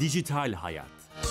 Dijital Hayat.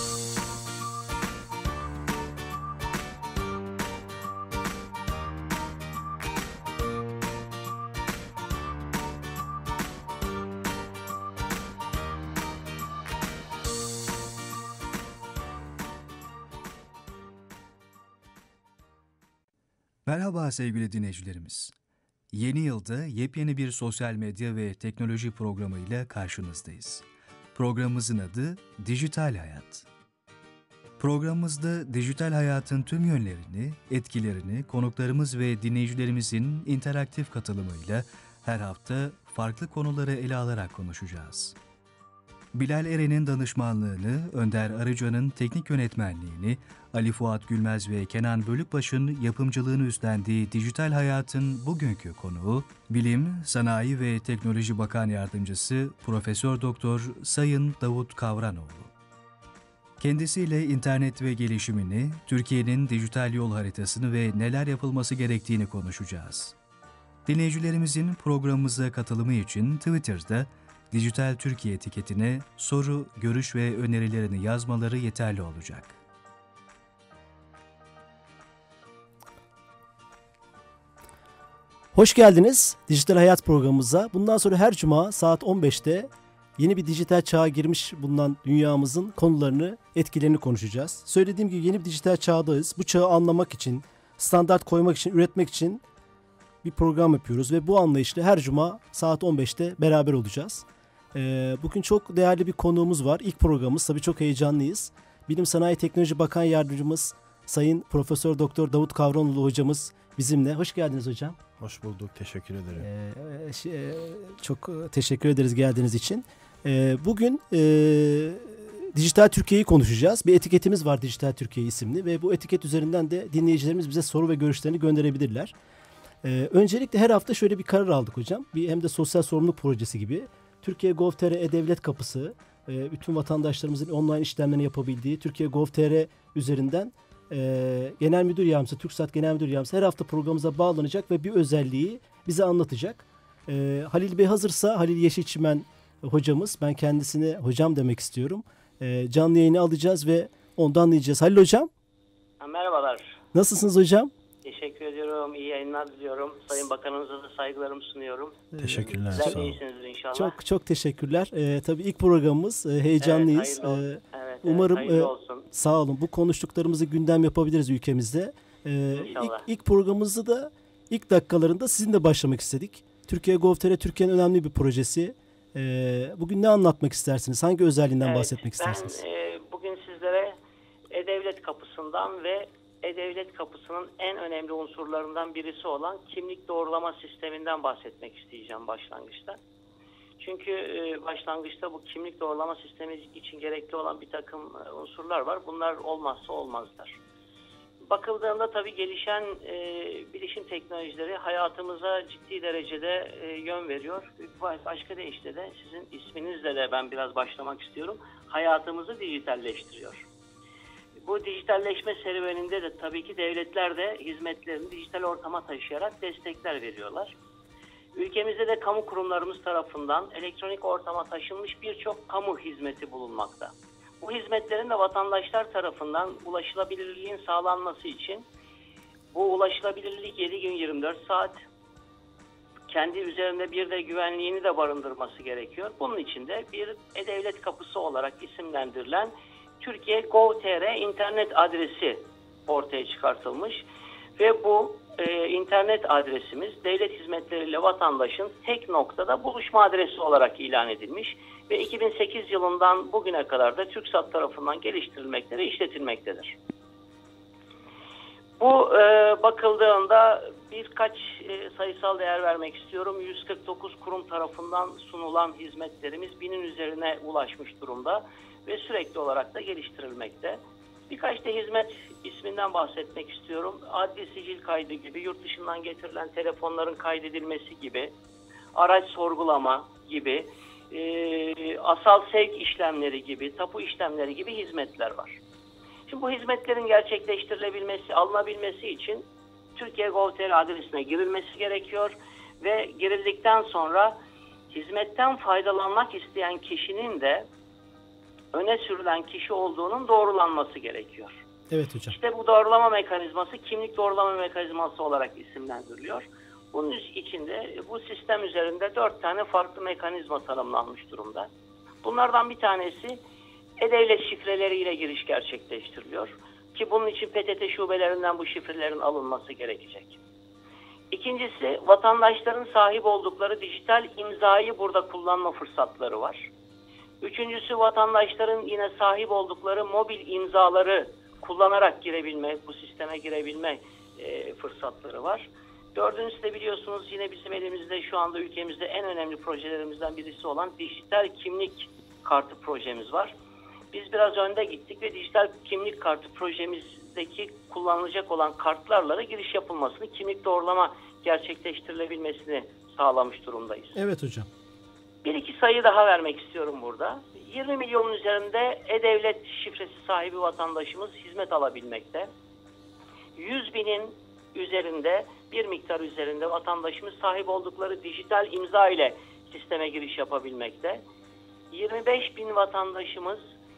Merhaba sevgili dinleyicilerimiz. Yeni yılda yepyeni bir sosyal medya ve teknoloji programıyla karşınızdayız. Programımızın adı Dijital Hayat. Programımızda dijital hayatın tüm yönlerini, etkilerini konuklarımız ve dinleyicilerimizin interaktif katılımıyla her hafta farklı konuları ele alarak konuşacağız. Bilal Eren'in danışmanlığını, Önder Arıcan'ın teknik yönetmenliğini, Ali Fuat Gülmez ve Kenan Bölükbaş'ın yapımcılığını üstlendiği Dijital Hayat'ın bugünkü konuğu, Bilim, Sanayi ve Teknoloji Bakan Yardımcısı Profesör Doktor Sayın Davut Kavranoğlu. Kendisiyle internet ve gelişimini, Türkiye'nin dijital yol haritasını ve neler yapılması gerektiğini konuşacağız. Dinleyicilerimizin programımıza katılımı için Twitter'da Dijital Türkiye etiketine soru, görüş ve önerilerini yazmaları yeterli olacak. Hoş geldiniz Dijital Hayat programımıza. Bundan sonra her cuma saat 15'te yeni bir dijital çağa girmiş bulunan dünyamızın konularını, etkilerini konuşacağız. Söylediğim gibi yeni bir dijital çağdayız. Bu çağı anlamak için, standart koymak için, üretmek için bir program yapıyoruz ve bu anlayışla her cuma saat 15'te beraber olacağız. Bugün çok değerli bir konuğumuz var. İlk programımız, tabii çok heyecanlıyız. Bilim Sanayi Teknoloji Bakan Yardımcımız Sayın Profesör Doktor Davut Kavranoğlu hocamız bizimle. Hoş geldiniz hocam. Hoş bulduk. Teşekkür ederim. Çok teşekkür ederiz geldiğiniz için. Bugün Dijital Türkiye'yi konuşacağız. Bir etiketimiz var, Dijital Türkiye isimli, ve bu etiket üzerinden de dinleyicilerimiz bize soru ve görüşlerini gönderebilirler. Öncelikle her hafta şöyle bir karar aldık hocam. Hem de sosyal sorumluluk projesi gibi. Türkiye Gov.tr E-Devlet Kapısı, bütün vatandaşlarımızın online işlemlerini yapabildiği Türkiye Gov.tr üzerinden Genel Müdür Yardımcısı, TürkSat Genel Müdür Yardımcısı her hafta programımıza bağlanacak ve bir özelliği bize anlatacak. Halil Bey hazırsa, Halil Yeşilçimen hocamız, ben kendisine hocam demek istiyorum. Canlı yayını alacağız ve ondan anlayacağız. Halil hocam. Merhabalar. Nasılsınız hocam? Teşekkür ediyorum. İyi yayınlar diliyorum. Sayın Bakanımıza da saygılarımı sunuyorum. Teşekkürler. Sizler de iyisinizdir inşallah. Çok teşekkürler. Tabii ilk programımız, heyecanlıyız. Evet, umarım hayırlı olsun. Sağ olun. Bu konuştuklarımızı gündem yapabiliriz ülkemizde. İnşallah. İlk programımızda da ilk dakikalarında sizinle başlamak istedik. Türkiye Gov.tr Türkiye'nin önemli bir projesi. Bugün ne anlatmak istersiniz? Hangi özelliğinden bahsetmek istersiniz? Ben bugün sizlere E-Devlet Kapısı'ndan ve E-Devlet Kapısı'nın en önemli unsurlarından birisi olan kimlik doğrulama sisteminden bahsetmek isteyeceğim başlangıçta. Çünkü başlangıçta bu kimlik doğrulama sistemi için gerekli olan bir takım unsurlar var. Bunlar olmazsa olmazlar. Bakıldığında tabii gelişen bilişim teknolojileri hayatımıza ciddi derecede yön veriyor. Başka deyişle de sizin isminizle de ben biraz başlamak istiyorum. Hayatımızı dijitalleştiriyor. Bu dijitalleşme serüveninde de tabii ki devletler de hizmetlerini dijital ortama taşıyarak destekler veriyorlar. Ülkemizde de kamu kurumlarımız tarafından elektronik ortama taşınmış birçok kamu hizmeti bulunmakta. Bu hizmetlerin de vatandaşlar tarafından ulaşılabilirliğin sağlanması için bu ulaşılabilirlik 7 gün 24 saat kendi üzerinde bir de güvenliğini de barındırması gerekiyor. Bunun için de bir E-Devlet Kapısı olarak isimlendirilen Türkiye Gov.tr internet adresi ortaya çıkartılmış ve bu internet adresimiz devlet hizmetleriyle vatandaşın tek noktada buluşma adresi olarak ilan edilmiş ve 2008 yılından bugüne kadar da TürkSat tarafından geliştirilmekte ve işletilmektedir. Bu bakıldığında birkaç sayısal değer vermek istiyorum. 149 kurum tarafından sunulan hizmetlerimiz 1000'in üzerine ulaşmış durumda ve sürekli olarak da geliştirilmekte. Birkaç da hizmet isminden bahsetmek istiyorum. Adli sicil kaydı gibi, yurt dışından getirilen telefonların kaydedilmesi gibi, araç sorgulama gibi, asal sevk işlemleri gibi, tapu işlemleri gibi hizmetler var. Şimdi bu hizmetlerin gerçekleştirilebilmesi, alınabilmesi için Türkiye Gov.tr adresine girilmesi gerekiyor ve girildikten sonra hizmetten faydalanmak isteyen kişinin de öne sürülen kişi olduğunun doğrulanması gerekiyor. Evet hocam. İşte bu doğrulama mekanizması kimlik doğrulama mekanizması olarak isimlendiriliyor. Bunun içinde bu sistem üzerinde 4 tane farklı mekanizma tanımlanmış durumda. Bunlardan bir tanesi e-devlet şifreleriyle giriş gerçekleştiriliyor. Ki bunun için PTT şubelerinden bu şifrelerin alınması gerekecek. İkincisi, vatandaşların sahip oldukları dijital imzayı burada kullanma fırsatları var. Üçüncüsü, vatandaşların yine sahip oldukları mobil imzaları kullanarak girebilme, bu sisteme girebilme fırsatları var. Dördüncüsü de biliyorsunuz yine bizim elimizde şu anda ülkemizde en önemli projelerimizden birisi olan dijital kimlik kartı projemiz var. Biz biraz önde gittik ve dijital kimlik kartı projemizdeki kullanılacak olan kartlarla da giriş yapılmasını, kimlik doğrulama gerçekleştirilebilmesini sağlamış durumdayız. Evet hocam. Bir iki sayı daha vermek istiyorum burada. 20 milyonun üzerinde e-devlet şifresi sahibi vatandaşımız hizmet alabilmekte. 100 binin üzerinde, bir miktar üzerinde vatandaşımız sahip oldukları dijital imza ile sisteme giriş yapabilmekte. 25 bin vatandaşımız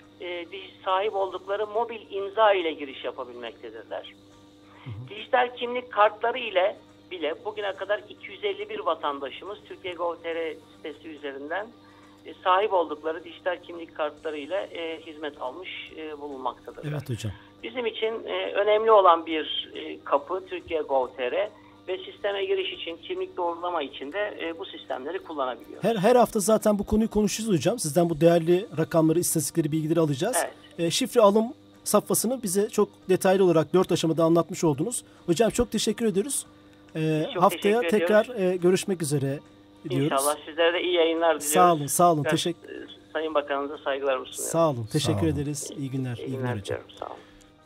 sahip oldukları mobil imza ile giriş yapabilmektedirler. Dijital kimlik kartları ile bile bugüne kadar 251 vatandaşımız Türkiye Gov.tr sitesi üzerinden sahip oldukları dijital kimlik kartları ile hizmet almış bulunmaktadırlar. Evet hocam. Bizim için önemli olan bir kapı Türkiye Gov.tr ve sisteme giriş için, kimlik doğrulama için de bu sistemleri kullanabiliyoruz. Her hafta zaten bu konuyu konuşacağız hocam. Sizden bu değerli rakamları, istatistikleri, bilgileri alacağız. Evet. Şifre alım safhasını bize çok detaylı olarak 4 aşamada anlatmış oldunuz. Hocam çok teşekkür ediyoruz. Çok Haftaya teşekkür tekrar görüşmek üzere diyoruz. İnşallah sizlere de iyi yayınlar diliyoruz. Sağ olun, sağ olun. Sayın Bakanımıza saygılarımı sunuyorum. Sağ olun, teşekkür Sağ olun. ederiz. İyi günler, İyi iyi günler günler hocam. diliyorum. Sağ olun.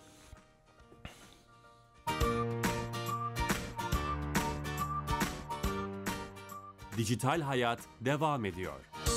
Dijital Hayat devam ediyor.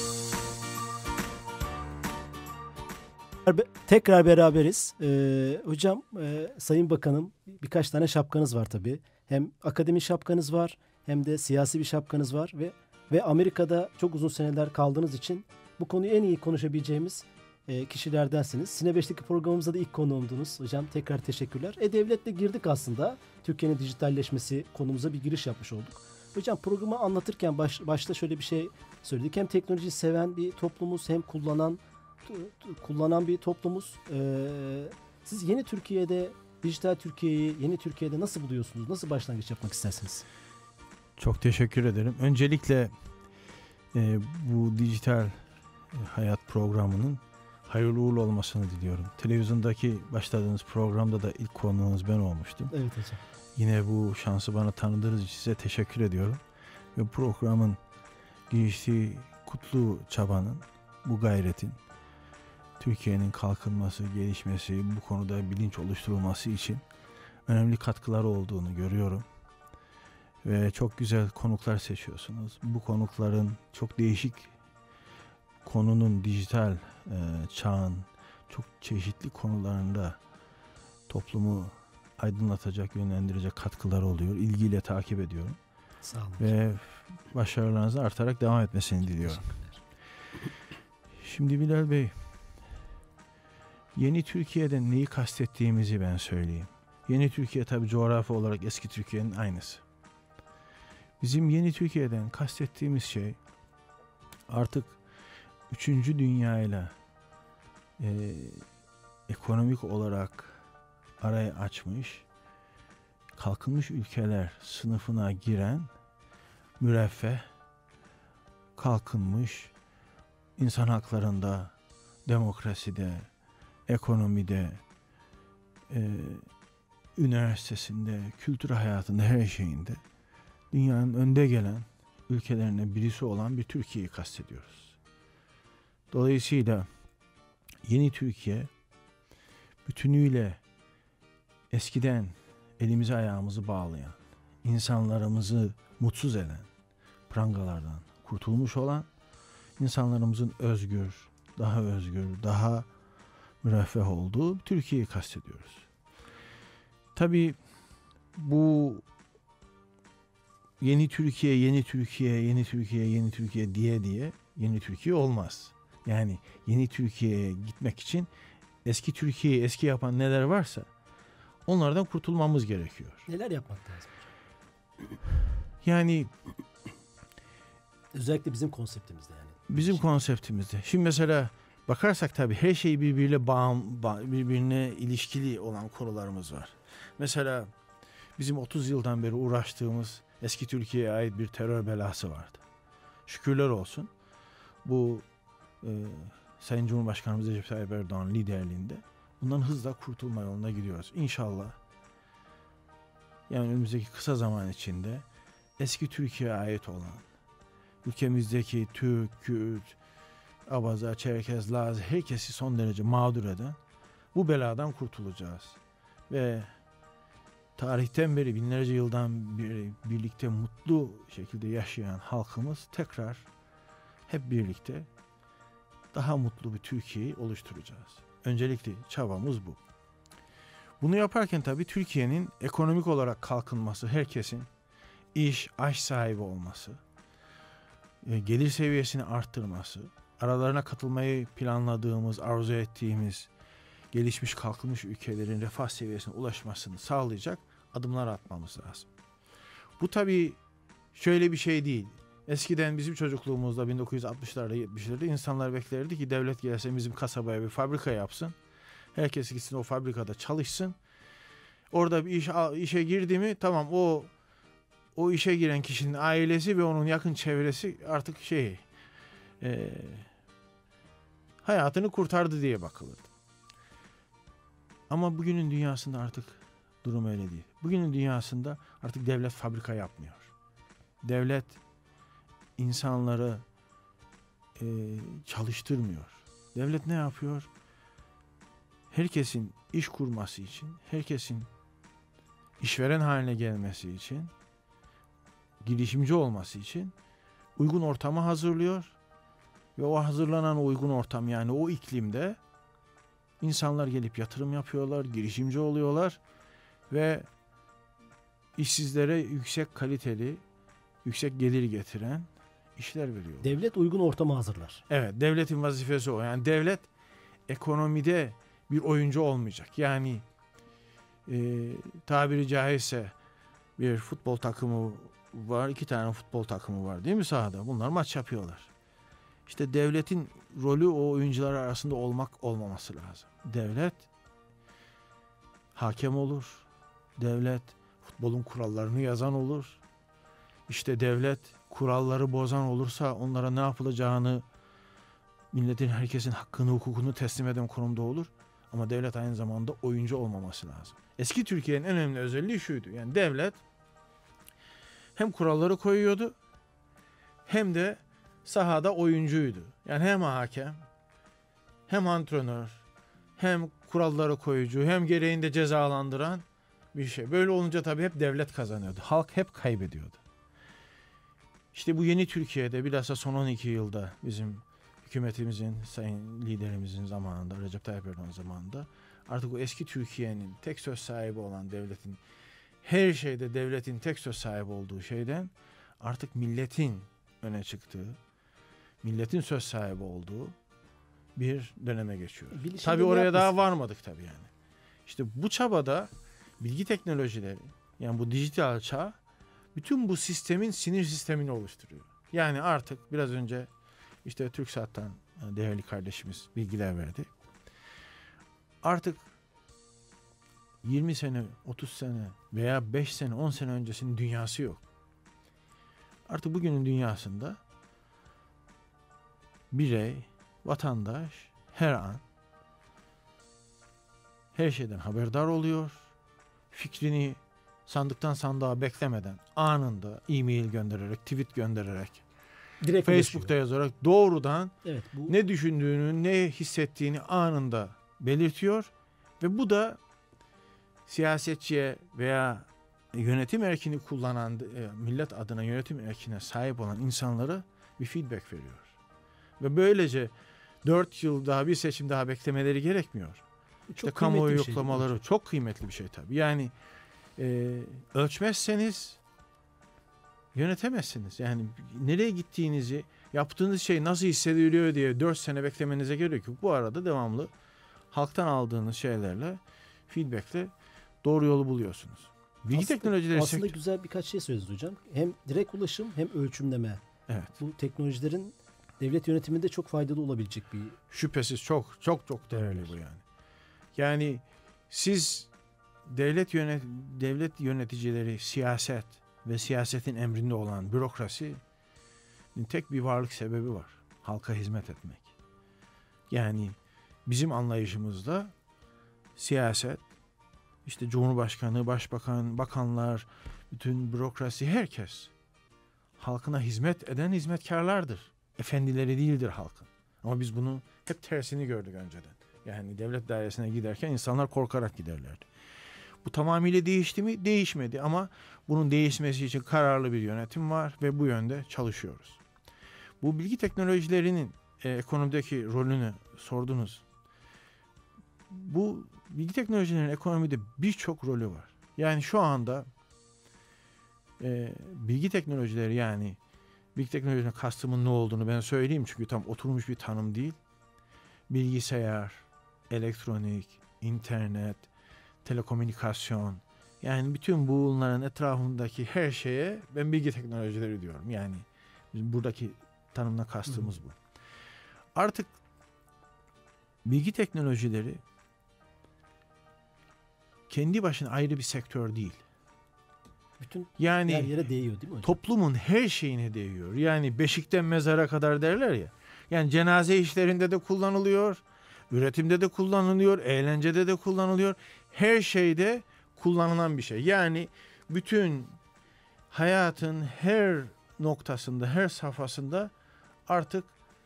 Tekrar beraberiz. Hocam, Sayın Bakanım, birkaç tane şapkanız var tabii. Hem akademi şapkanız var, hem de siyasi bir şapkanız var ve Amerika'da çok uzun seneler kaldığınız için bu konuyu en iyi konuşabileceğimiz kişilerdensiniz. Sine 5'teki programımızda da ilk konuğumdunuz. Hocam tekrar teşekkürler. E-Devlet'le girdik aslında. Türkiye'nin dijitalleşmesi konumuza bir giriş yapmış olduk. Hocam programı anlatırken başta şöyle bir şey söyledik. Hem teknolojiyi seven bir toplumuz, hem kullanan bir toplumuz. Siz yeni Türkiye'de, dijital Türkiye'yi yeni Türkiye'de nasıl buluyorsunuz? Nasıl başlangıç yapmak istersiniz? Çok teşekkür ederim. Öncelikle bu dijital hayat programının hayırlı uğurlu olmasını diliyorum. Televizyondaki başladığınız programda da ilk konuğunuz ben olmuştum. Evet hocam. Yine bu şansı bana tanıdığınız için size teşekkür ediyorum. Ve programın giriştiği kutlu çabanın, bu gayretin Türkiye'nin kalkınması, gelişmesi, bu konuda bilinç oluşturulması için önemli katkıları olduğunu görüyorum. Ve çok güzel konuklar seçiyorsunuz. Bu konukların çok değişik konunun, dijital çağın çok çeşitli konularında toplumu aydınlatacak, yönlendirecek katkıları oluyor. İlgiyle takip ediyorum. Sağ olun. Ve başarılarınızın artarak devam etmesini diliyorum. Şimdi Bilal Bey, yeni Türkiye'den neyi kastettiğimizi ben söyleyeyim. Yeni Türkiye tabii coğrafi olarak eski Türkiye'nin aynısı. Bizim yeni Türkiye'den kastettiğimiz şey artık 3. dünyayla ekonomik olarak arayı açmış, kalkınmış ülkeler sınıfına giren müreffeh, kalkınmış, insan haklarında, demokraside, ekonomide, üniversitesinde, kültür hayatında, her şeyinde dünyanın önde gelen ülkelerine birisi olan bir Türkiye'yi kastediyoruz. Dolayısıyla yeni Türkiye bütünüyle eskiden elimizi ayağımızı bağlayan, insanlarımızı mutsuz eden, prangalardan kurtulmuş olan, insanlarımızın özgür, daha müreffeh olduğu Türkiye'yi kastediyoruz. Tabii bu yeni Türkiye diye yeni Türkiye olmaz. Yani yeni Türkiye'ye gitmek için eski Türkiye'yi eski yapan neler varsa onlardan kurtulmamız gerekiyor. Neler yapmak lazım? Yani Özellikle bizim konseptimizde yani. bizim konseptimizde. Şimdi mesela bakarsak tabii her şey birbiriyle birbirine ilişkili olan konularımız var. Mesela bizim 30 yıldan beri uğraştığımız eski Türkiye'ye ait bir terör belası vardı. Şükürler olsun. Bu Sayın Cumhurbaşkanımız Recep Tayyip Erdoğan liderliğinde bundan hızla kurtulma yoluna gidiyoruz. İnşallah yani önümüzdeki kısa zaman içinde eski Türkiye'ye ait olan ülkemizdeki Türk, Kürt, Abaza, Çerkez, Laz herkesi son derece mağdur eden bu beladan kurtulacağız. Ve tarihten beri binlerce yıldan beri birlikte mutlu şekilde yaşayan halkımız tekrar hep birlikte daha mutlu bir Türkiye'yi oluşturacağız. Öncelikli çabamız bu. Bunu yaparken tabii Türkiye'nin ekonomik olarak kalkınması, herkesin iş, aş sahibi olması, gelir seviyesini arttırması, aralarına katılmayı planladığımız, arzu ettiğimiz gelişmiş, kalkınmış ülkelerin refah seviyesine ulaşmasını sağlayacak adımlar atmamız lazım. Bu tabii şöyle bir şey değil. Eskiden bizim çocukluğumuzda 1960'larda 70'lerde insanlar beklerdi ki devlet gelse bizim kasabaya bir fabrika yapsın. Herkes gitsin o fabrikada çalışsın. Orada bir işe girdi mi tamam o işe giren kişinin ailesi ve onun yakın çevresi artık hayatını kurtardı diye bakılırdı. Ama bugünün dünyasında artık durum öyle değil. Bugünün dünyasında artık devlet fabrika yapmıyor. Devlet insanları çalıştırmıyor. Devlet ne yapıyor? Herkesin iş kurması için, herkesin işveren haline gelmesi için, girişimci olması için uygun ortamı hazırlıyor. Ve o hazırlanan uygun ortam yani o iklimde insanlar gelip yatırım yapıyorlar, girişimci oluyorlar ve işsizlere yüksek kaliteli, yüksek gelir getiren işler veriyor. Devlet uygun ortamı hazırlar. Evet, devletin vazifesi o. Yani devlet ekonomide bir oyuncu olmayacak. Yani tabiri caizse bir futbol takımı var, 2 tane futbol takımı var değil mi sahada? Bunlar maç yapıyorlar. İşte devletin rolü o oyuncular arasında olmaması lazım. Devlet hakem olur. Devlet futbolun kurallarını yazan olur. İşte devlet kuralları bozan olursa onlara ne yapılacağını milletin herkesin hakkını, hukukunu teslim eden konumda olur. Ama devlet aynı zamanda oyuncu olmaması lazım. Eski Türkiye'nin en önemli özelliği şuydu. Yani devlet hem kuralları koyuyordu hem de sahada oyuncuydu. Yani hem hakem, hem antrenör, hem kuralları koyucu, hem gereğinde cezalandıran bir şey. Böyle olunca tabii hep devlet kazanıyordu. Halk hep kaybediyordu. İşte bu yeni Türkiye'de bilhassa son 12 yılda bizim hükümetimizin, sayın liderimizin zamanında, Recep Tayyip Erdoğan zamanında artık o eski Türkiye'nin tek söz sahibi olan devletin, her şeyde devletin tek söz sahibi olduğu şeyden artık milletin öne çıktığı, milletin söz sahibi olduğu bir döneme geçiyoruz. Tabii oraya daha varmadık tabii yani. İşte bu çabada bilgi teknolojileri, yani bu dijital çağ bütün bu sistemin sinir sistemini oluşturuyor. Yani artık biraz önce işte TürkSat'tan değerli kardeşimiz bilgiler verdi. Artık 20 sene, 30 sene veya 5 sene, 10 sene öncesinin dünyası yok. Artık bugünün dünyasında birey, vatandaş her an her şeyden haberdar oluyor. Fikrini sandıktan sandığa beklemeden anında e-mail göndererek, tweet göndererek, direkt Facebook'ta yazarak doğrudan evet, bu ne düşündüğünü, ne hissettiğini anında belirtiyor ve bu da siyasetçiye veya yönetim erkini kullanan, millet adına yönetim erkine sahip olan insanlara bir feedback veriyor. Ve böylece 4 yıl daha bir seçim daha beklemeleri gerekmiyor. İşte kamuoyu yoklamaları çok kıymetli bir şey tabii. Yani ölçmezseniz yönetemezsiniz. Yani nereye gittiğinizi, yaptığınız şey nasıl hissediliyor diye 4 sene beklemenize gerek yok. Bu arada devamlı halktan aldığınız şeylerle, feedbackle doğru yolu buluyorsunuz. Bilgi teknolojileri aslında güzel birkaç şey söylediniz hocam. Hem direkt ulaşım hem ölçümleme. Evet. Bu teknolojilerin devlet yönetiminde çok faydalı olabilecek bir... Şüphesiz çok değerli bu yani. Yani siz devlet yöneticileri, siyaset ve siyasetin emrinde olan bürokrasi tek bir varlık sebebi var. Halka hizmet etmek. Yani bizim anlayışımızda siyaset, işte Cumhurbaşkanı, Başbakan, bakanlar, bütün bürokrasi, herkes halkına hizmet eden hizmetkarlardır. Efendileri değildir halkın. Ama biz bunu hep tersini gördük önceden. Yani devlet dairesine giderken insanlar korkarak giderlerdi. Bu tamamıyla değişti mi? Değişmedi ama bunun değişmesi için kararlı bir yönetim var ve bu yönde çalışıyoruz. Bu bilgi teknolojilerinin ekonomideki rolünü sordunuz. Bu bilgi teknolojilerinin ekonomide birçok rolü var. Yani şu anda bilgi teknolojileri, yani bilgi teknolojinin kastımın ne olduğunu ben söyleyeyim çünkü tam oturmuş bir tanım değil. Bilgisayar, elektronik, internet, telekomünikasyon, yani bütün bunların etrafındaki her şeye ben bilgi teknolojileri diyorum. Yani bizim buradaki tanımla kastımız bu. Artık bilgi teknolojileri kendi başına ayrı bir sektör değil. Bütün yani her yere değiyor değil mi hocam? Toplumun her şeyine değiyor. Yani beşikten mezara kadar derler ya. Yani cenaze işlerinde de kullanılıyor, üretimde de kullanılıyor, eğlencede de kullanılıyor. Her şeyde kullanılan bir şey. Yani bütün hayatın her noktasında, her safhasında artık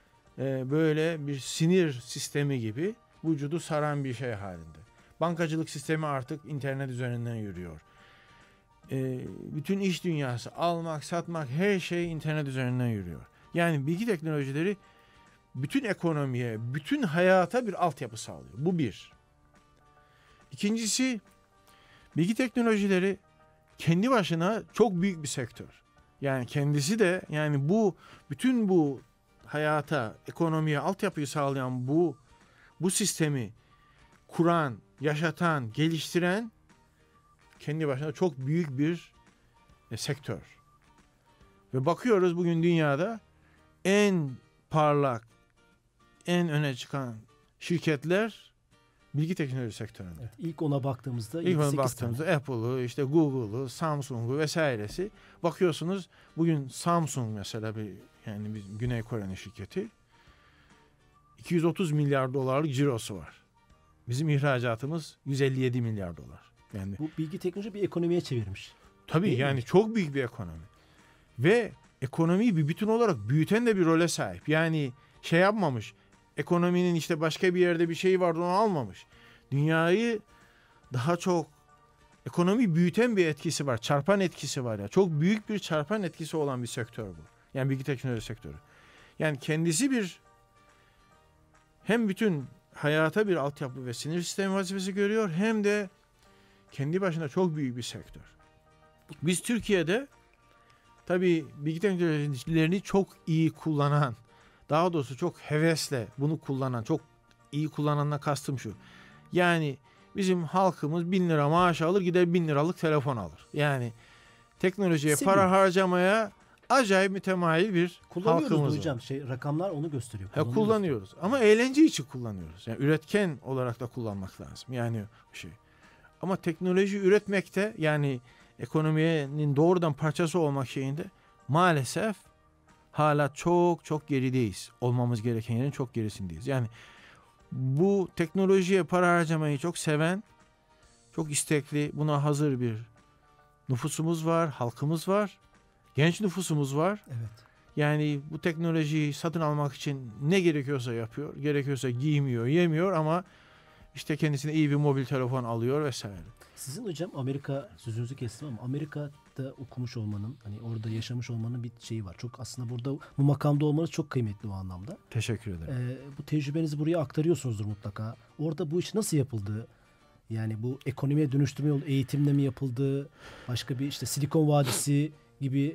böyle bir sinir sistemi gibi vücudu saran bir şey halinde. Bankacılık sistemi artık internet üzerinden yürüyor. Bütün iş dünyası, almak, satmak, her şey internet üzerinden yürüyor. Yani bilgi teknolojileri bütün ekonomiye, bütün hayata bir altyapı sağlıyor. Bu bir. İkincisi, bilgi teknolojileri kendi başına çok büyük bir sektör. Yani kendisi de, yani bütün bu hayata, ekonomiye altyapıyı sağlayan bu sistemi kuran, yaşatan, geliştiren kendi başına çok büyük bir sektör. Ve bakıyoruz bugün dünyada en parlak, en öne çıkan şirketler bilgi teknoloji sektöründe. Evet, ilk ona baktığımızda İlk ona 8 baktığımızda tane. Apple'ı, işte Google'ı, Samsung'u vesairesi. Bakıyorsunuz bugün Samsung mesela yani bizim Güney Kore'nin şirketi 230 milyar dolarlık cirosu var. Bizim ihracatımız 157 milyar dolar. Yani Bu bilgi teknoloji bir ekonomiye çevirmiş. tabii Değil yani mi? çok büyük bir ekonomi. Ve ekonomiyi bir bütün olarak büyüten de bir role sahip. Yani şey yapmamış. Ekonominin işte başka bir yerde bir şey vardı, onu almamış. Dünyayı daha çok ekonomiyi büyüten bir etkisi var. Çarpan etkisi var ya. Çok büyük bir çarpan etkisi olan bir sektör bu. Yani bilgi teknoloji sektörü. Yani kendisi hem bütün hayata bir altyapı ve sinir sistemi vazifesi görüyor, hem de kendi başına çok büyük bir sektör. Biz Türkiye'de tabii bilgi teknolojilerini çok iyi kullanan, daha doğrusu çok hevesle bunu kullanan, çok iyi kullananla kastım şu. Yani bizim halkımız 1000 lira maaş alır, gider 1000 liralık telefon alır. Yani teknolojiye Seviyor. para harcamaya acayip mütemayil bir Kullanıyoruz halkımız var. hocam. Rakamlar onu gösteriyor. Kullanıyoruz ama eğlence için kullanıyoruz. Yani üretken olarak da kullanmak lazım. Yani şey. Ama teknoloji üretmekte, yani ekonominin doğrudan parçası olmak şeyinde maalesef hala çok gerideyiz. Olmamız gereken yerin çok gerisindeyiz. Yani bu teknolojiye para harcamayı çok seven, çok istekli, buna hazır bir nüfusumuz var, halkımız var, genç nüfusumuz var. Evet. Yani bu teknolojiyi satın almak için ne gerekiyorsa yapıyor, gerekiyorsa giymiyor, yemiyor ama işte kendisine iyi bir mobil telefon alıyor vesaire. Sizin hocam Amerika, sözünüzü kestim ama Amerika'da okumuş olmanın, hani orada yaşamış olmanın bir şeyi var. Çok aslında burada bu makamda olmanız çok kıymetli o anlamda. Teşekkür ederim. Bu tecrübenizi buraya aktarıyorsunuzdur mutlaka. Orada bu iş nasıl yapıldı? Yani bu ekonomiye dönüştürme yolu eğitimle mi yapıldı? Başka bir işte Silikon Vadisi gibi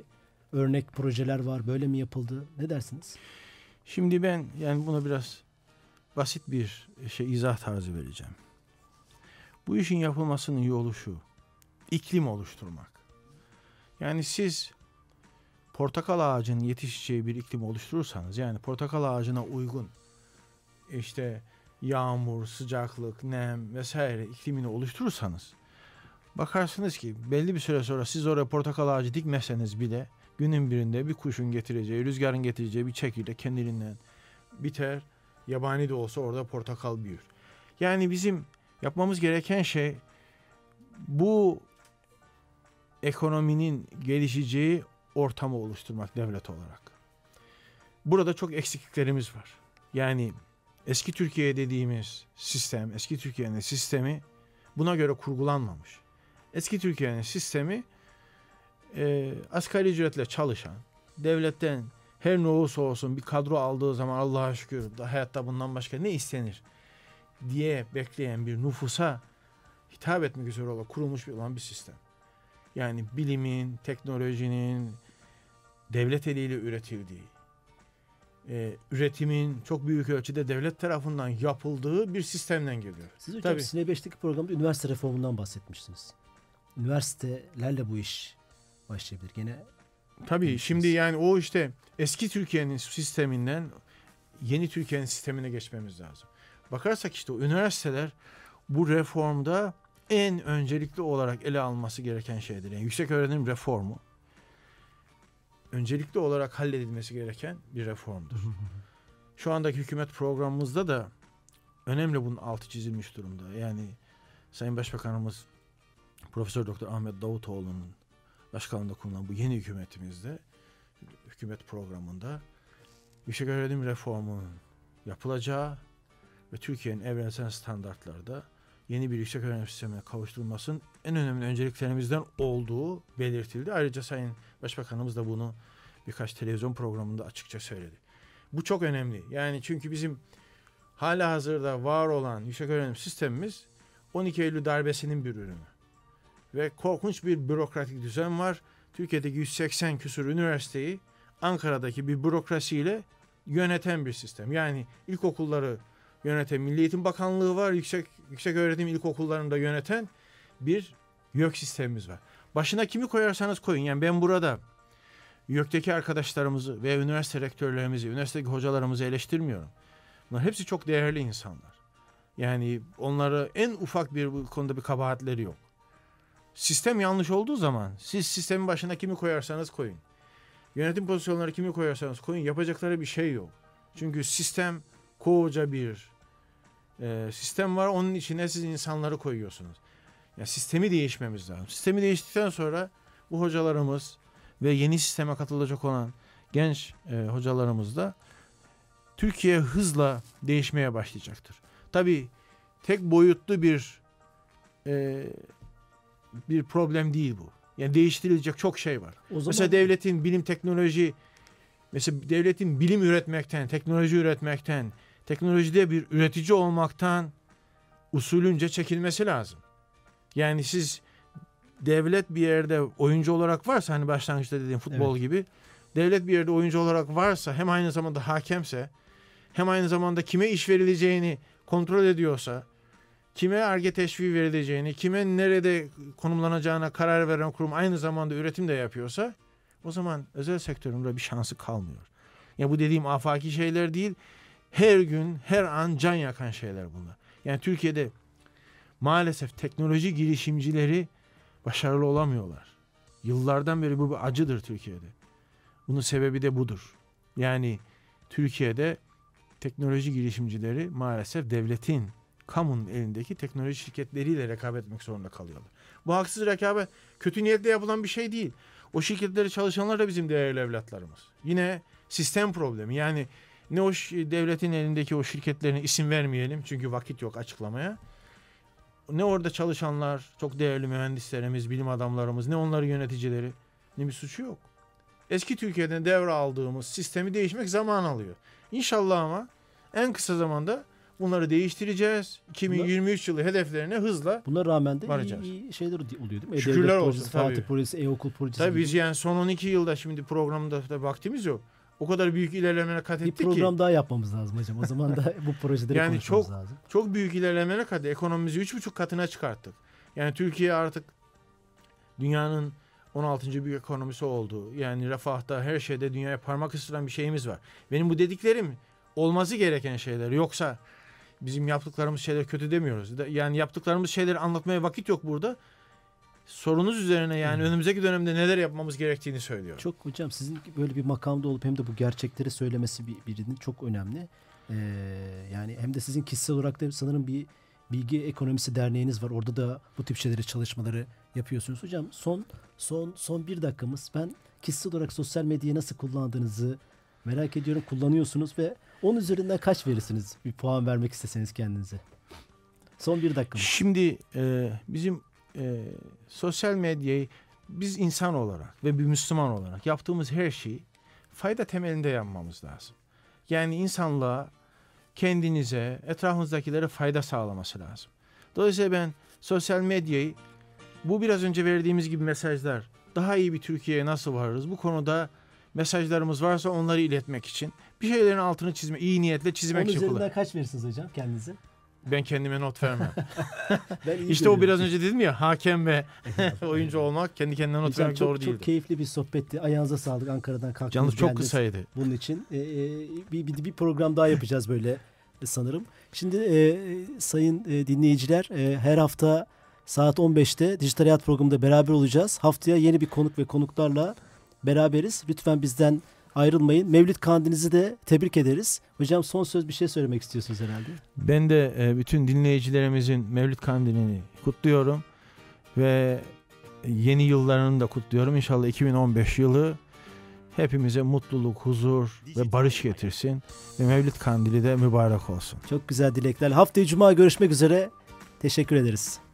örnek projeler var. Böyle mi yapıldı? Ne dersiniz? Şimdi ben yani buna biraz basit bir izah tarzı vereceğim. Bu işin yapılmasının yolu şu. İklim oluşturmak. Yani siz portakal ağacının yetişeceği bir iklim oluşturursanız, yani portakal ağacına uygun işte yağmur, sıcaklık, nem vesaire iklimini oluşturursanız, bakarsınız ki belli bir süre sonra siz oraya portakal ağacı dikmeseniz bile günün birinde bir kuşun getireceği, rüzgarın getireceği bir çekirdek kendiliğinden biter. Yabani de olsa orada portakal büyür. Yani bizim yapmamız gereken şey bu ekonominin gelişeceği ortamı oluşturmak devlet olarak. Burada çok eksikliklerimiz var. Yani eski Türkiye dediğimiz sistem, eski Türkiye'nin sistemi buna göre kurgulanmamış. Eski Türkiye'nin sistemi asgari ücretle çalışan, devletten her ne olursa olsun bir kadro aldığı zaman Allah'a şükür hayatta bundan başka ne istenir diye bekleyen bir nüfusa hitap etmek üzere olan kurulmuş olan bir sistem. Yani bilimin, teknolojinin devlet eliyle üretildiği, üretimin çok büyük ölçüde devlet tarafından yapıldığı bir sistemden geliyor. Siz hocam Sine 5'teki programda üniversite reformundan bahsetmiştiniz. Üniversitelerle bu iş başlayabilir. Gene tabii şimdi yani o işte eski Türkiye'nin sisteminden yeni Türkiye'nin sistemine geçmemiz lazım. Bakarsak işte o üniversiteler bu reformda en öncelikli olarak ele alması gereken şeydir. Yani yüksek öğrenim reformu öncelikli olarak halledilmesi gereken bir reformdur. Şu andaki hükümet programımızda da önemli bunun altı çizilmiş durumda. Yani Sayın Başbakanımız Profesör Doktor Ahmet Davutoğlu'nun başkanlığında kurulan bu yeni hükümetimizde, hükümet programında yüksek öğrenim reformunun yapılacağı ve Türkiye'nin evrensel standartlarda yeni bir yüksek öğrenim sistemine kavuşturulmasının en önemli önceliklerimizden olduğu belirtildi. Ayrıca Sayın Başbakanımız da bunu birkaç televizyon programında açıkça söyledi. Bu çok önemli. Yani çünkü bizim halihazırda var olan yüksek öğrenim sistemimiz 12 Eylül darbesinin bir ürünü. Ve korkunç bir bürokratik düzen var. Türkiye'deki 180 küsur üniversiteyi Ankara'daki bir bürokrasiyle yöneten bir sistem. Yani ilkokulları yöneten Milli Eğitim Bakanlığı var. Yüksek öğretim ilkokullarını da yöneten bir YÖK sistemimiz var. Başına kimi koyarsanız koyun. Yani ben burada YÖK'teki arkadaşlarımızı ve üniversite rektörlerimizi, üniversitedeki hocalarımızı eleştirmiyorum. Bunlar hepsi çok değerli insanlar. Yani onları en ufak bir konuda bir kabahatleri yok. Sistem yanlış olduğu zaman siz sistemin başına kimi koyarsanız koyun. Yönetim pozisyonları kimi koyarsanız koyun, yapacakları bir şey yok. Çünkü sistem koca bir sistem var. Onun içine siz insanları koyuyorsunuz. Yani sistemi değişmemiz lazım. Sistemi değiştikten sonra bu hocalarımız ve yeni sisteme katılacak olan genç hocalarımız da Türkiye hızla değişmeye başlayacaktır. Tabii tek boyutlu bir problem değil bu. Yani değiştirilecek çok şey var. Mesela devletin bilim teknoloji, mesela devletin bilim üretmekten, teknoloji üretmekten, teknolojide bir üretici olmaktan usulünce çekilmesi lazım. Yani siz devlet bir yerde oyuncu olarak varsa, hani başlangıçta dediğim futbol gibi, devlet bir yerde oyuncu olarak varsa, hem aynı zamanda hakemse, hem aynı zamanda kime iş verileceğini kontrol ediyorsa, kime Ar-Ge teşviği verileceğini, kime nerede konumlanacağına karar veren kurum aynı zamanda üretim de yapıyorsa, o zaman özel sektörün de bir şansı kalmıyor. Yani bu dediğim afaki şeyler değil, her gün, her an can yakan şeyler bunlar. Yani Türkiye'de maalesef teknoloji girişimcileri başarılı olamıyorlar. Yıllardan beri bu bir acıdır Türkiye'de. Bunun sebebi de budur. Yani Türkiye'de teknoloji girişimcileri maalesef devletin, kamunun elindeki teknoloji şirketleriyle rekabet etmek zorunda kalıyorlar. Bu haksız rekabet kötü niyetle yapılan bir şey değil. O şirketleri çalışanlar da bizim değerli evlatlarımız. Yine sistem problemi. Yani ne o devletin elindeki o şirketlerine isim vermeyelim çünkü vakit yok açıklamaya. Ne orada çalışanlar, çok değerli mühendislerimiz, bilim adamlarımız, ne onların yöneticileri, ne bir suçu yok. Eski Türkiye'den devraldığımız sistemi değişmek zaman alıyor. İnşallah ama en kısa zamanda Bunları değiştireceğiz. 2023 yılı hedeflerine hızla. Buna rağmen de varacağız. iyi şeyler oluyor değil mi? Şükürler E-Devlet olsun, projesi, tabii. Fatih projesi, e-okul projesi. Tabii gibi. biz yani son 12 yılda şimdi programda da vaktimiz yok. O kadar büyük ilerlemelere kat Bir ettik ki. program daha yapmamız lazım hocam. O zaman da bu projeleri Yani konuşmamız lazım. Çok büyük ilerlemelere kat ettik. Ekonomimizi 3,5 katına çıkarttık. Yani Türkiye artık dünyanın 16. büyük ekonomisi oldu. Yani refahta, her şeyde dünyaya parmak ısıran bir şeyimiz var. Benim bu dediklerim olması gereken şeyler. Yoksa bizim yaptıklarımız şeyler kötü demiyoruz. Yani yaptıklarımız şeyleri anlatmaya vakit yok burada. Sorunuz üzerine yani önümüzdeki dönemde neler yapmamız gerektiğini söylüyor. Çok hocam sizin böyle bir makamda olup hem de bu gerçekleri söylemesi birinin çok önemli. Yani hem de sizin kişisel olarak da sanırım bir Bilgi Ekonomisi Derneğiniz var. Orada da bu tip şeyleri, çalışmaları yapıyorsunuz. Hocam son bir dakikamız. Ben kişisel olarak sosyal medyayı nasıl kullandığınızı merak ediyorum. Kullanıyorsunuz ve 10 üzerinden kaç verirsiniz? Bir puan vermek isteseniz kendinize. Son bir dakikamız. Şimdi bizim sosyal medyayı biz insan olarak ve bir Müslüman olarak yaptığımız her şeyi fayda temelinde yapmamız lazım. Yani insanlığa, kendinize, etrafınızdakilere fayda sağlaması lazım. Dolayısıyla ben sosyal medyayı bu biraz önce verdiğimiz gibi mesajlar, daha iyi bir Türkiye'ye nasıl varırız? Bu konuda mesajlarımız varsa onları iletmek için bir şeylerin altını çizme, iyi niyetle çizmek 10 için üzerinden kullanıyorum. kaç verirsiniz hocam kendinize? Ben kendime not vermem. Ben iyi İşte o görüyorum. biraz önce dedim ya, hakem ve oyuncu olmak, kendi kendine not Hocam vermek doğru çok değildir. keyifli bir sohbetti. Ayağınıza sağlık. Ankara'dan kalktınız. Canınız çok geldiniz. kısaydı. Bunun için bir program daha yapacağız böyle sanırım. Şimdi sayın dinleyiciler, her hafta saat 15'te Dijital Hayat programında beraber olacağız. Haftaya yeni bir konuk ve konuklarla beraberiz. Lütfen bizden ayrılmayın. Mevlid Kandilinizi de tebrik ederiz. Hocam son söz, bir şey söylemek istiyorsunuz herhalde. Ben de bütün dinleyicilerimizin Mevlid Kandilini kutluyorum ve yeni yıllarını da kutluyorum. İnşallah 2015 yılı hepimize mutluluk, huzur ve barış getirsin ve Mevlid Kandili de mübarek olsun. Çok güzel dilekler. Haftaya Cuma görüşmek üzere. Teşekkür ederiz.